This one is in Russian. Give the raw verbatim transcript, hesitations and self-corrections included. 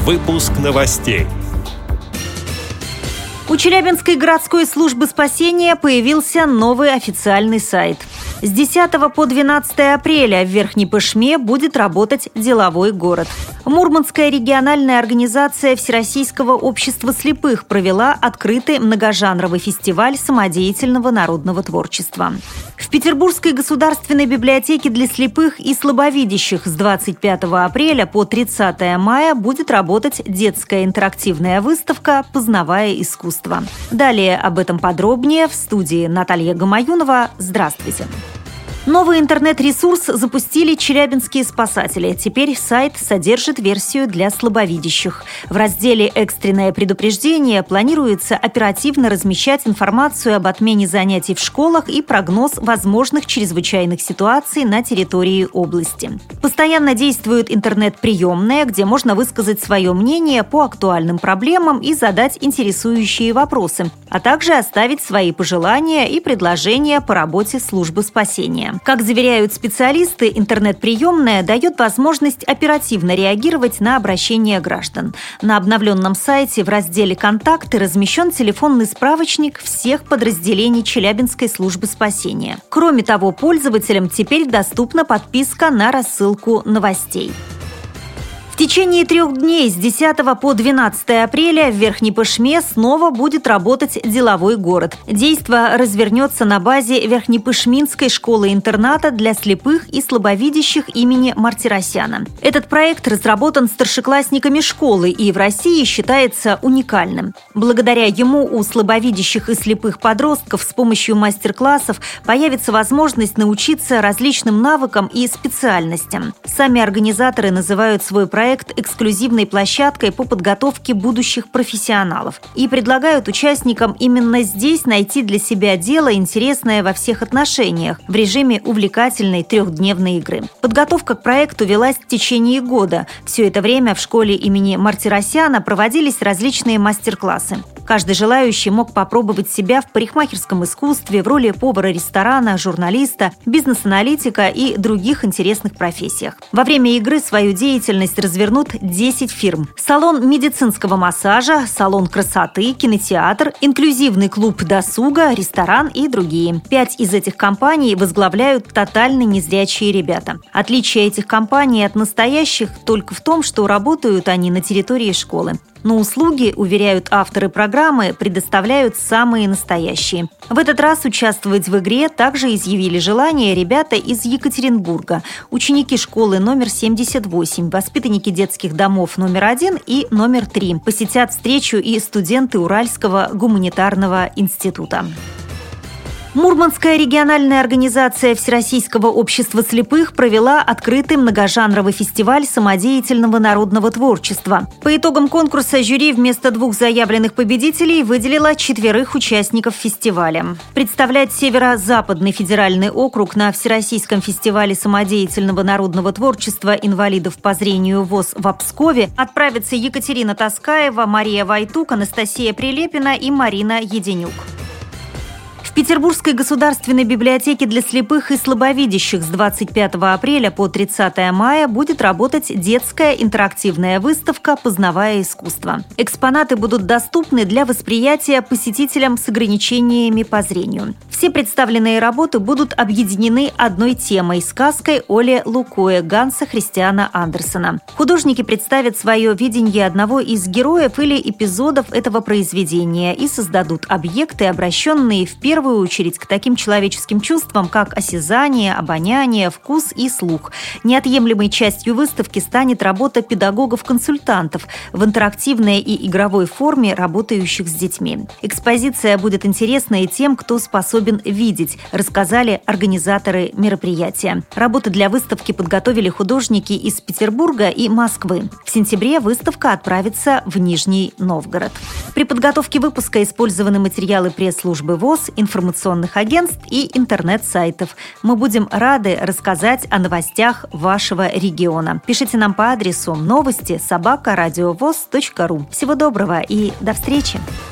Выпуск новостей. У Челябинской городской службы спасения появился новый официальный сайт. С десятого по двенадцатое апреля в Верхней Пышме будет работать деловой город. Мурманская региональная организация Всероссийского общества слепых провела открытый многожанровый фестиваль самодеятельного народного творчества. В Петербургской государственной библиотеке для слепых и слабовидящих с двадцать пятого апреля по тридцатое мая будет работать детская интерактивная выставка «Познавая искусство». Далее об этом подробнее в студии Наталья Гамаюнова. Здравствуйте! Новый интернет-ресурс запустили челябинские спасатели. Теперь сайт содержит версию для слабовидящих. В разделе «Экстренное предупреждение» планируется оперативно размещать информацию об отмене занятий в школах и прогноз возможных чрезвычайных ситуаций на территории области. Постоянно действует интернет-приемная, где можно высказать свое мнение по актуальным проблемам и задать интересующие вопросы, а также оставить свои пожелания и предложения по работе службы спасения. Как заверяют специалисты, интернет-приемная дает возможность оперативно реагировать на обращения граждан. На обновленном сайте в разделе «Контакты» размещен телефонный справочник всех подразделений Челябинской службы спасения. Кроме того, пользователям теперь доступна подписка на рассылку новостей. В течение трех дней с десятого по двенадцатое апреля в Верхней Пышме снова будет работать деловой город. Действо развернется на базе Верхнепышминской школы-интерната для слепых и слабовидящих имени Мартиросяна. Этот проект разработан старшеклассниками школы и в России считается уникальным. Благодаря ему у слабовидящих и слепых подростков с помощью мастер-классов появится возможность научиться различным навыкам и специальностям. Сами организаторы называют свой проект эксклюзивной площадкой по подготовке будущих профессионалов и предлагают участникам именно здесь найти для себя дело, интересное во всех отношениях, в режиме увлекательной трехдневной игры. Подготовка к проекту велась в течение года. Все это время в школе имени Мартиросяна проводились различные мастер-классы. Каждый желающий мог попробовать себя в парикмахерском искусстве, в роли повара ресторана, журналиста, бизнес-аналитика и других интересных профессиях. Во время игры свою деятельность развернут десять фирм. Салон медицинского массажа, салон красоты, кинотеатр, инклюзивный клуб досуга, ресторан и другие. Пять из этих компаний возглавляют тотально незрячие ребята. Отличие этих компаний от настоящих только в том, что работают они на территории школы. Но услуги, уверяют авторы программы, предоставляют самые настоящие. В этот раз участвовать в игре также изъявили желание ребята из Екатеринбурга, ученики школы номер семьдесят восемь, воспитанники детских домов номер один и номер три. Посетят встречу и студенты Уральского гуманитарного института. Мурманская региональная организация Всероссийского общества слепых провела открытый многожанровый фестиваль самодеятельного народного творчества. По итогам конкурса жюри вместо двух заявленных победителей выделило четверых участников фестиваля. Представлять Северо-Западный федеральный округ на Всероссийском фестивале самодеятельного народного творчества инвалидов по зрению ВОС в Пскове отправятся Екатерина Таскаева, Мария Вайтук, Анастасия Прилепина и Марина Еденюк. В Петербургской государственной библиотеке для слепых и слабовидящих с двадцать пятого апреля по тридцатое мая будет работать детская интерактивная выставка «Познавая искусство». Экспонаты будут доступны для восприятия посетителям с ограничениями по зрению. Все представленные работы будут объединены одной темой – сказкой Оле Лукоя Ганса Христиана Андерсена. Художники представят свое видение одного из героев или эпизодов этого произведения и создадут объекты, обращенные в первую очередь к таким человеческим чувствам, как осязание, обоняние, вкус и слух. Неотъемлемой частью выставки станет работа педагогов-консультантов в интерактивной и игровой форме, работающих с детьми. Экспозиция будет интересна и тем, кто способен видеть, рассказали организаторы мероприятия. Работы для выставки подготовили художники из Петербурга и Москвы. В сентябре выставка отправится в Нижний Новгород. При подготовке выпуска использованы материалы пресс-службы ВОС, информационных агентств и интернет-сайтов. Мы будем рады рассказать о новостях вашего региона. Пишите нам по адресу новости собака радиовос точка ру. Всего доброго и до встречи!